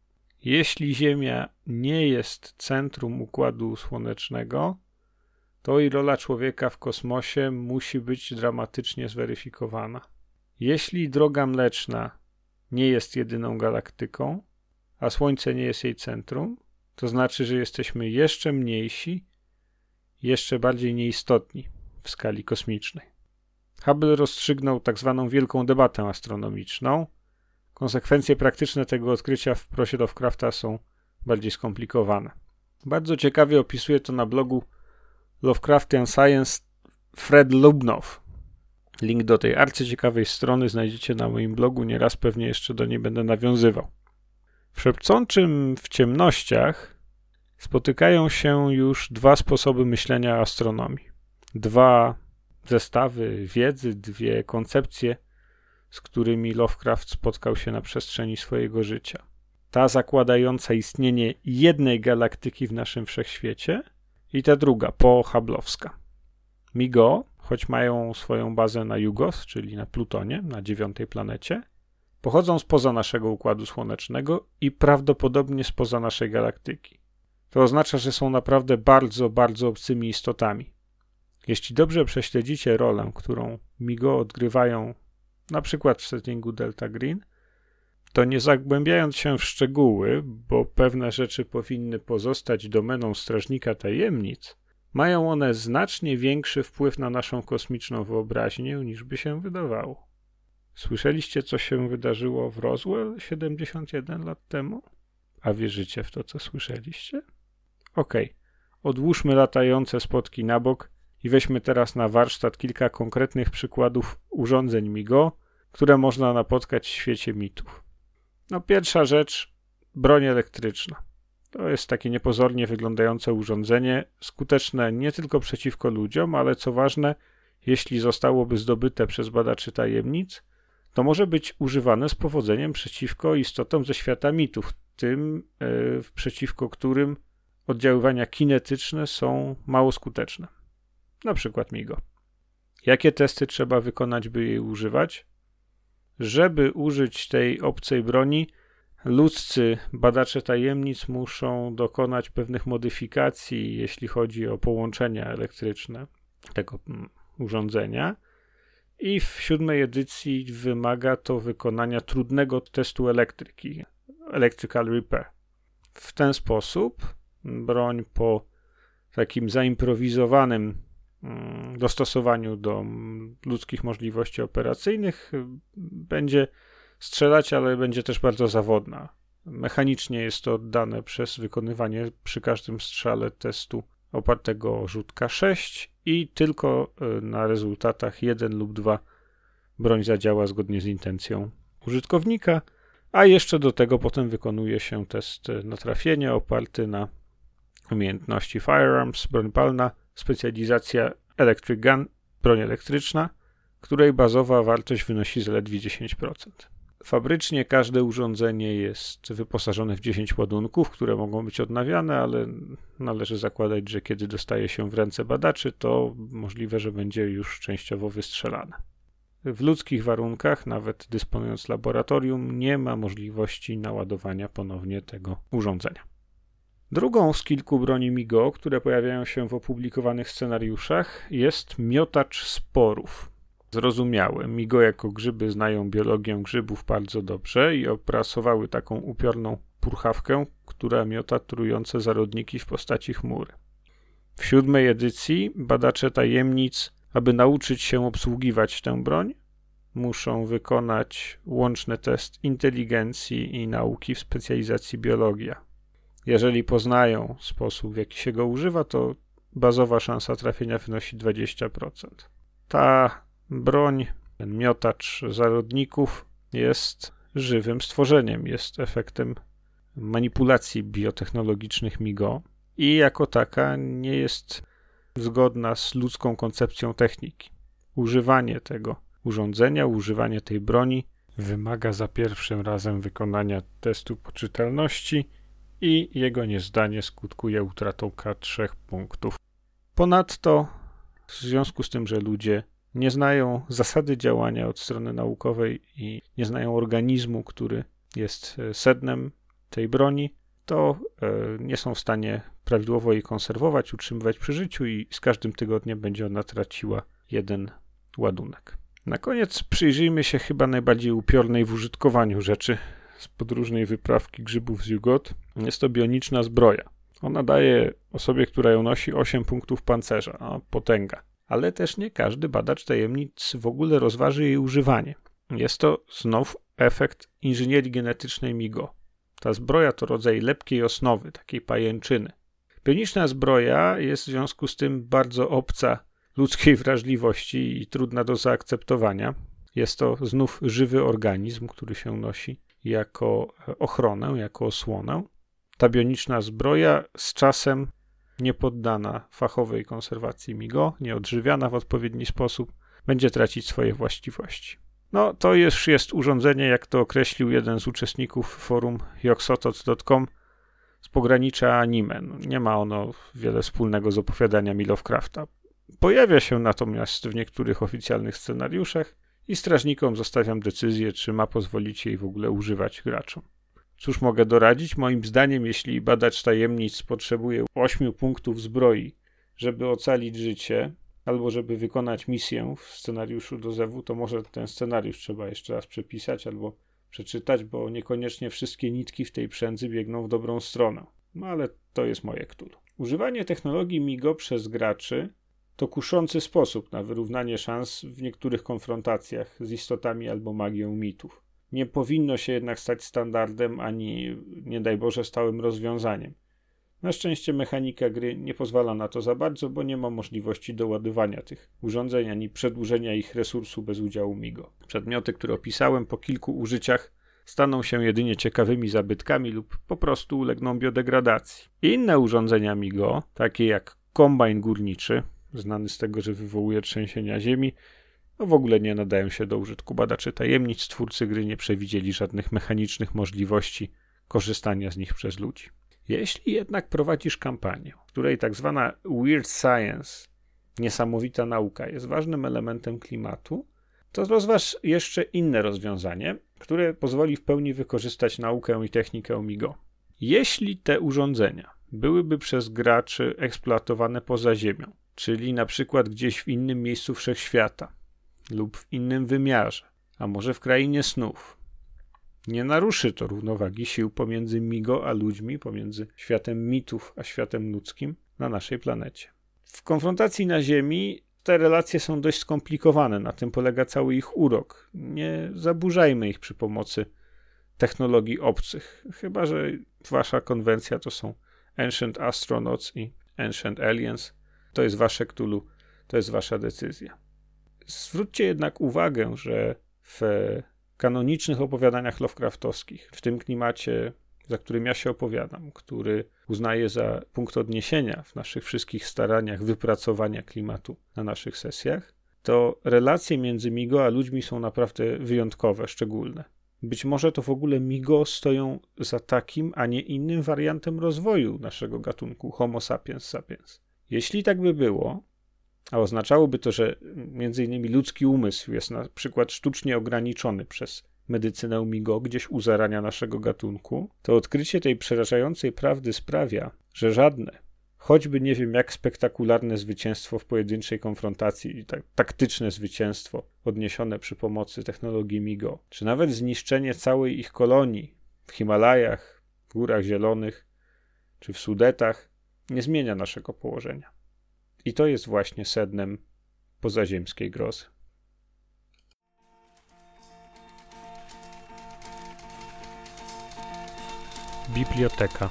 Speaker 1: Jeśli Ziemia nie jest centrum Układu Słonecznego, to i rola człowieka w kosmosie musi być dramatycznie zweryfikowana. Jeśli Droga Mleczna nie jest jedyną galaktyką, a Słońce nie jest jej centrum, to znaczy, że jesteśmy jeszcze mniejsi, jeszcze bardziej nieistotni w skali kosmicznej. Hubble rozstrzygnął tak zwaną wielką debatę astronomiczną. Konsekwencje praktyczne tego odkrycia w prosie Lovecrafta są bardziej skomplikowane. Bardzo ciekawie opisuje to na blogu Lovecraftian Science Fred Lubnow. Link do tej arcyciekawej strony znajdziecie na moim blogu, nieraz pewnie jeszcze do niej będę nawiązywał. W Szepcączym w ciemnościach spotykają się już dwa sposoby myślenia o astronomii. Dwa zestawy wiedzy, dwie koncepcje, z którymi Lovecraft spotkał się na przestrzeni swojego życia. Ta zakładająca istnienie jednej galaktyki w naszym wszechświecie i ta druga, po-Hubble'owska. M I G O, choć mają swoją bazę na Jugos, czyli na Plutonie, na dziewiątej planecie, pochodzą spoza naszego Układu Słonecznego i prawdopodobnie spoza naszej galaktyki. To oznacza, że są naprawdę bardzo, bardzo obcymi istotami. Jeśli dobrze prześledzicie rolę, którą M I G O odgrywają na przykład w settingu Delta Green, to nie zagłębiając się w szczegóły, bo pewne rzeczy powinny pozostać domeną strażnika tajemnic, mają one znacznie większy wpływ na naszą kosmiczną wyobraźnię, niż by się wydawało. Słyszeliście, co się wydarzyło w Roswell siedemdziesiąt jeden lat temu? A wierzycie w to, co słyszeliście? Okej, okay. Odłóżmy latające spotki na bok i weźmy teraz na warsztat kilka konkretnych przykładów urządzeń M I G O, które można napotkać w świecie mitów. No, pierwsza rzecz, broń elektryczna. To jest takie niepozornie wyglądające urządzenie, skuteczne nie tylko przeciwko ludziom, ale co ważne, jeśli zostałoby zdobyte przez badaczy tajemnic, to może być używane z powodzeniem przeciwko istotom ze świata mitów, tym yy, przeciwko którym oddziaływania kinetyczne są mało skuteczne. Na przykład M I G O. Jakie testy trzeba wykonać, by jej używać? Żeby użyć tej obcej broni, ludzcy badacze tajemnic muszą dokonać pewnych modyfikacji, jeśli chodzi o połączenia elektryczne tego urządzenia. I w siódmej edycji wymaga to wykonania trudnego testu elektryki, electrical repair. W ten sposób broń po takim zaimprowizowanym dostosowaniu do ludzkich możliwości operacyjnych będzie strzelać, ale będzie też bardzo zawodna. Mechanicznie jest to oddane przez wykonywanie przy każdym strzale testu opartego o rzut K sześć i tylko na rezultatach jeden lub dwa broń zadziała zgodnie z intencją użytkownika, a jeszcze do tego potem wykonuje się test na trafienie oparty na umiejętności Firearms, broń palna, specjalizacja Electric Gun, broń elektryczna, której bazowa wartość wynosi zaledwie dziesięć procent. Fabrycznie każde urządzenie jest wyposażone w dziesięć ładunków, które mogą być odnawiane, ale należy zakładać, że kiedy dostaje się w ręce badaczy, to możliwe, że będzie już częściowo wystrzelane. W ludzkich warunkach, nawet dysponując laboratorium, nie ma możliwości naładowania ponownie tego urządzenia. Drugą z kilku broni M I G O, które pojawiają się w opublikowanych scenariuszach, jest miotacz sporów. Zrozumiałe, M I G O jako grzyby znają biologię grzybów bardzo dobrze i opracowały taką upiorną purchawkę, która miota trujące zarodniki w postaci chmury. W siódmej edycji badacze tajemnic, aby nauczyć się obsługiwać tę broń, muszą wykonać łączny test inteligencji i nauki w specjalizacji biologia. Jeżeli poznają sposób, w jaki się go używa, to bazowa szansa trafienia wynosi dwadzieścia procent. Ta broń, ten miotacz zarodników jest żywym stworzeniem, jest efektem manipulacji biotechnologicznych M I G O i jako taka nie jest zgodna z ludzką koncepcją techniki. Używanie tego urządzenia, używanie tej broni wymaga za pierwszym razem wykonania testu poczytalności i jego niezdanie skutkuje utratą K trzy punktów. Ponadto w związku z tym, że ludzie nie znają zasady działania od strony naukowej i nie znają organizmu, który jest sednem tej broni, to nie są w stanie prawidłowo jej konserwować, utrzymywać przy życiu i z każdym tygodniem będzie ona traciła jeden ładunek. Na koniec przyjrzyjmy się chyba najbardziej upiornej w użytkowaniu rzeczy z podróżnej wyprawki grzybów z Jugot. Jest to bioniczna zbroja. Ona daje osobie, która ją nosi, osiem punktów pancerza, a potęga. Ale też nie każdy badacz tajemnic w ogóle rozważy jej używanie. Jest to znów efekt inżynierii genetycznej MIGO. Ta zbroja to rodzaj lepkiej osnowy, takiej pajęczyny. Bioniczna zbroja jest w związku z tym bardzo obca ludzkiej wrażliwości i trudna do zaakceptowania. Jest to znów żywy organizm, który się nosi jako ochronę, jako osłonę. Ta bioniczna zbroja z czasem nie poddana fachowej konserwacji MIGO, nie odżywiana w odpowiedni sposób, będzie tracić swoje właściwości. No, to już jest urządzenie, jak to określił jeden z uczestników forum joxotoc kropka com, z pogranicza anime. No, nie ma ono wiele wspólnego z opowiadaniami Lovecrafta. Pojawia się natomiast w niektórych oficjalnych scenariuszach i strażnikom zostawiam decyzję, czy ma pozwolić jej w ogóle używać graczom. Cóż mogę doradzić? Moim zdaniem, jeśli badacz tajemnic potrzebuje ośmiu punktów zbroi, żeby ocalić życie, albo żeby wykonać misję w scenariuszu do zewu, to może ten scenariusz trzeba jeszcze raz przepisać albo przeczytać, bo niekoniecznie wszystkie nitki w tej przędzy biegną w dobrą stronę. No ale to jest moje Cthulhu. Używanie technologii MIGO przez graczy to kuszący sposób na wyrównanie szans w niektórych konfrontacjach z istotami albo magią mitów. Nie powinno się jednak stać standardem, ani, nie daj Boże, stałym rozwiązaniem. Na szczęście mechanika gry nie pozwala na to za bardzo, bo nie ma możliwości doładowania tych urządzeń, ani przedłużenia ich resursu bez udziału MIGO. Przedmioty, które opisałem, po kilku użyciach staną się jedynie ciekawymi zabytkami lub po prostu ulegną biodegradacji. Inne urządzenia MIGO, takie jak kombajn górniczy, znany z tego, że wywołuje trzęsienia ziemi, no w ogóle nie nadają się do użytku badaczy tajemnic. Twórcy gry nie przewidzieli żadnych mechanicznych możliwości korzystania z nich przez ludzi. Jeśli jednak prowadzisz kampanię, w której tak zwana weird science, niesamowita nauka, jest ważnym elementem klimatu, to rozważ jeszcze inne rozwiązanie, które pozwoli w pełni wykorzystać naukę i technikę MIGO. Jeśli te urządzenia byłyby przez graczy eksploatowane poza Ziemią, czyli na przykład gdzieś w innym miejscu wszechświata lub w innym wymiarze, a może w krainie snów, nie naruszy to równowagi sił pomiędzy MIGO a ludźmi, pomiędzy światem mitów a światem ludzkim na naszej planecie. W konfrontacji na Ziemi te relacje są dość skomplikowane, na tym polega cały ich urok. Nie zaburzajmy ich przy pomocy technologii obcych, chyba że wasza konwencja to są Ancient Astronauts i Ancient Aliens. To jest wasze Cthulhu, to jest wasza decyzja. Zwróćcie jednak uwagę, że w kanonicznych opowiadaniach Lovecraftowskich, w tym klimacie, za którym ja się opowiadam, który uznaję za punkt odniesienia w naszych wszystkich staraniach wypracowania klimatu na naszych sesjach, to relacje między MIGO a ludźmi są naprawdę wyjątkowe, szczególne. Być może to w ogóle MIGO stoją za takim, a nie innym wariantem rozwoju naszego gatunku Homo sapiens sapiens. Jeśli tak by było, a oznaczałoby to, że między innymi ludzki umysł jest na przykład sztucznie ograniczony przez medycynę MIGO gdzieś u zarania naszego gatunku, to odkrycie tej przerażającej prawdy sprawia, że żadne, choćby nie wiem jak spektakularne zwycięstwo w pojedynczej konfrontacji, tak, taktyczne zwycięstwo odniesione przy pomocy technologii MIGO, czy nawet zniszczenie całej ich kolonii w Himalajach, w Górach Zielonych, czy w Sudetach, nie zmienia naszego położenia. I to jest właśnie sednem pozaziemskiej grozy. Biblioteka.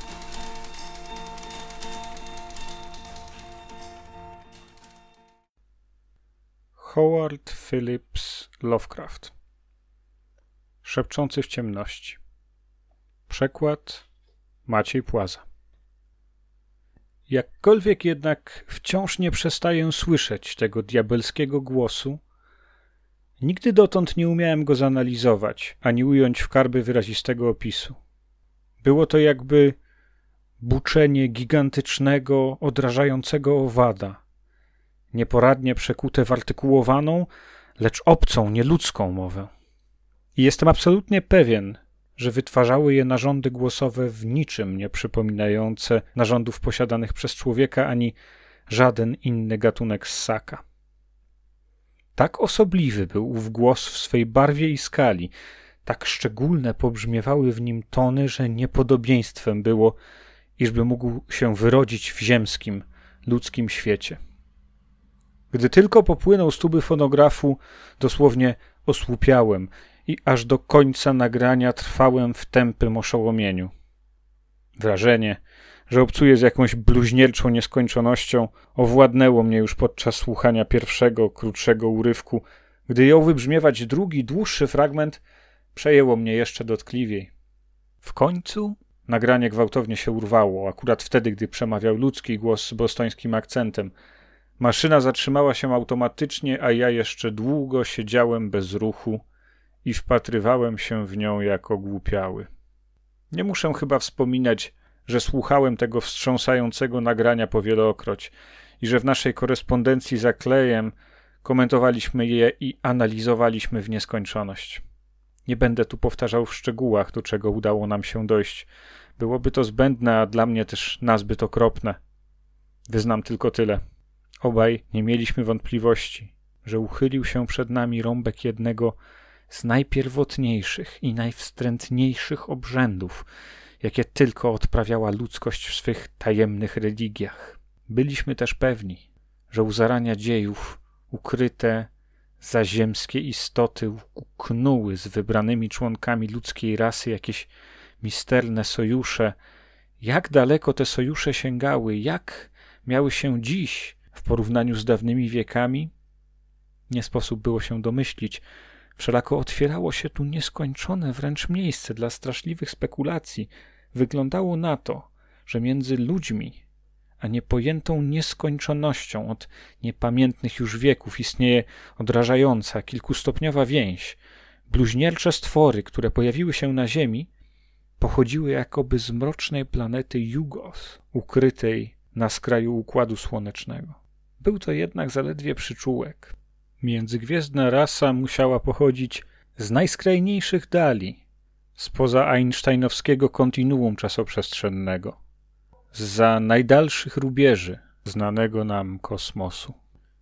Speaker 1: Howard Phillips Lovecraft. Szepczący w ciemności. Przekład Maciej Płaza. Jakkolwiek jednak wciąż nie przestaję słyszeć tego diabelskiego głosu, nigdy dotąd nie umiałem go zanalizować, ani ująć w karby wyrazistego opisu. Było to jakby buczenie gigantycznego, odrażającego owada, nieporadnie przekute w artykułowaną, lecz obcą, nieludzką mowę. I jestem absolutnie pewien, że wytwarzały je narządy głosowe w niczym nie przypominające narządów posiadanych przez człowieka ani żaden inny gatunek ssaka. Tak osobliwy był ów głos w swej barwie i skali, tak szczególne pobrzmiewały w nim tony, że niepodobieństwem było, iżby mógł się wyrodzić w ziemskim, ludzkim świecie. Gdy tylko popłynął z tuby fonografu, dosłownie osłupiałem i aż do końca nagrania trwałem w tępym oszołomieniu. Wrażenie, że obcuję z jakąś bluźnierczą nieskończonością, owładnęło mnie już podczas słuchania pierwszego, krótszego urywku. Gdy jął wybrzmiewać drugi, dłuższy fragment, przejęło mnie jeszcze dotkliwiej. W końcu nagranie gwałtownie się urwało, akurat wtedy, gdy przemawiał ludzki głos z bostońskim akcentem. Maszyna zatrzymała się automatycznie, a ja jeszcze długo siedziałem bez ruchu i wpatrywałem się w nią jak ogłupiały. Nie muszę chyba wspominać, że słuchałem tego wstrząsającego nagrania powielokroć i że w naszej korespondencji za klejem komentowaliśmy je i analizowaliśmy w nieskończoność. Nie będę tu powtarzał w szczegółach, do czego udało nam się dojść. Byłoby to zbędne, a dla mnie też nazbyt okropne. Wyznam tylko tyle. Obaj nie mieliśmy wątpliwości, że uchylił się przed nami rąbek jednego z najpierwotniejszych i najwstrętniejszych obrzędów, jakie tylko odprawiała ludzkość w swych tajemnych religiach. Byliśmy też pewni, że u zarania dziejów ukryte zaziemskie istoty uknuły z wybranymi członkami ludzkiej rasy jakieś misterne sojusze. Jak daleko te sojusze sięgały, jak miały się dziś w porównaniu z dawnymi wiekami? Nie sposób było się domyślić. Wszelako otwierało się tu nieskończone wręcz miejsce dla straszliwych spekulacji. Wyglądało na to, że między ludźmi a niepojętą nieskończonością od niepamiętnych już wieków istnieje odrażająca, kilkustopniowa więź. Bluźniercze stwory, które pojawiły się na Ziemi, pochodziły jakoby z mrocznej planety Jugos, ukrytej na skraju Układu Słonecznego. Był to jednak zaledwie przyczółek. Międzygwiezdna rasa musiała pochodzić z najskrajniejszych dali, spoza einsteinowskiego kontinuum czasoprzestrzennego, zza najdalszych rubieży znanego nam kosmosu.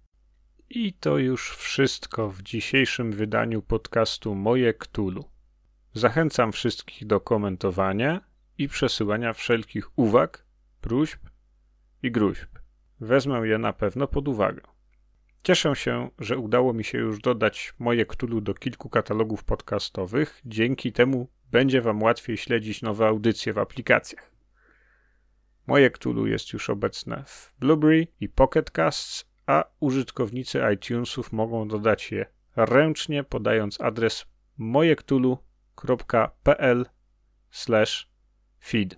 Speaker 1: I to już wszystko w dzisiejszym wydaniu podcastu Moje Ktulu. Zachęcam wszystkich do komentowania i przesyłania wszelkich uwag, próśb i gróźb. Wezmę je na pewno pod uwagę. Cieszę się, że udało mi się już dodać Moje Ktulu do kilku katalogów podcastowych. Dzięki temu będzie wam łatwiej śledzić nowe audycje w aplikacjach. Moje Ktulu jest już obecne w Blueberry i Pocket Casts, a użytkownicy iTunesów mogą dodać je ręcznie, podając adres mojektulu kropka p l slash feed.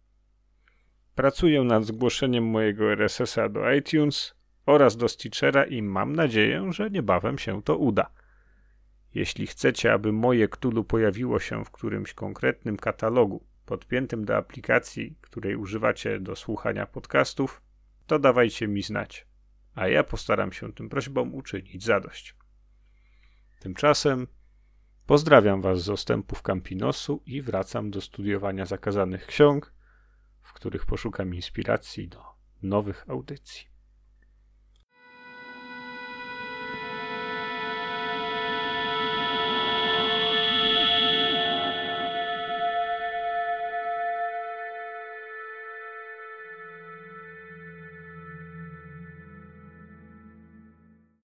Speaker 1: Pracuję nad zgłoszeniem mojego R S S a do iTunes oraz do Stitchera i mam nadzieję, że niebawem się to uda. Jeśli chcecie, aby Moje Ktulu pojawiło się w którymś konkretnym katalogu podpiętym do aplikacji, której używacie do słuchania podcastów, to dawajcie mi znać, a ja postaram się tym prośbom uczynić zadość. Tymczasem pozdrawiam was z ostępów Campinosu i wracam do studiowania zakazanych ksiąg, w których poszukam inspiracji do nowych audycji.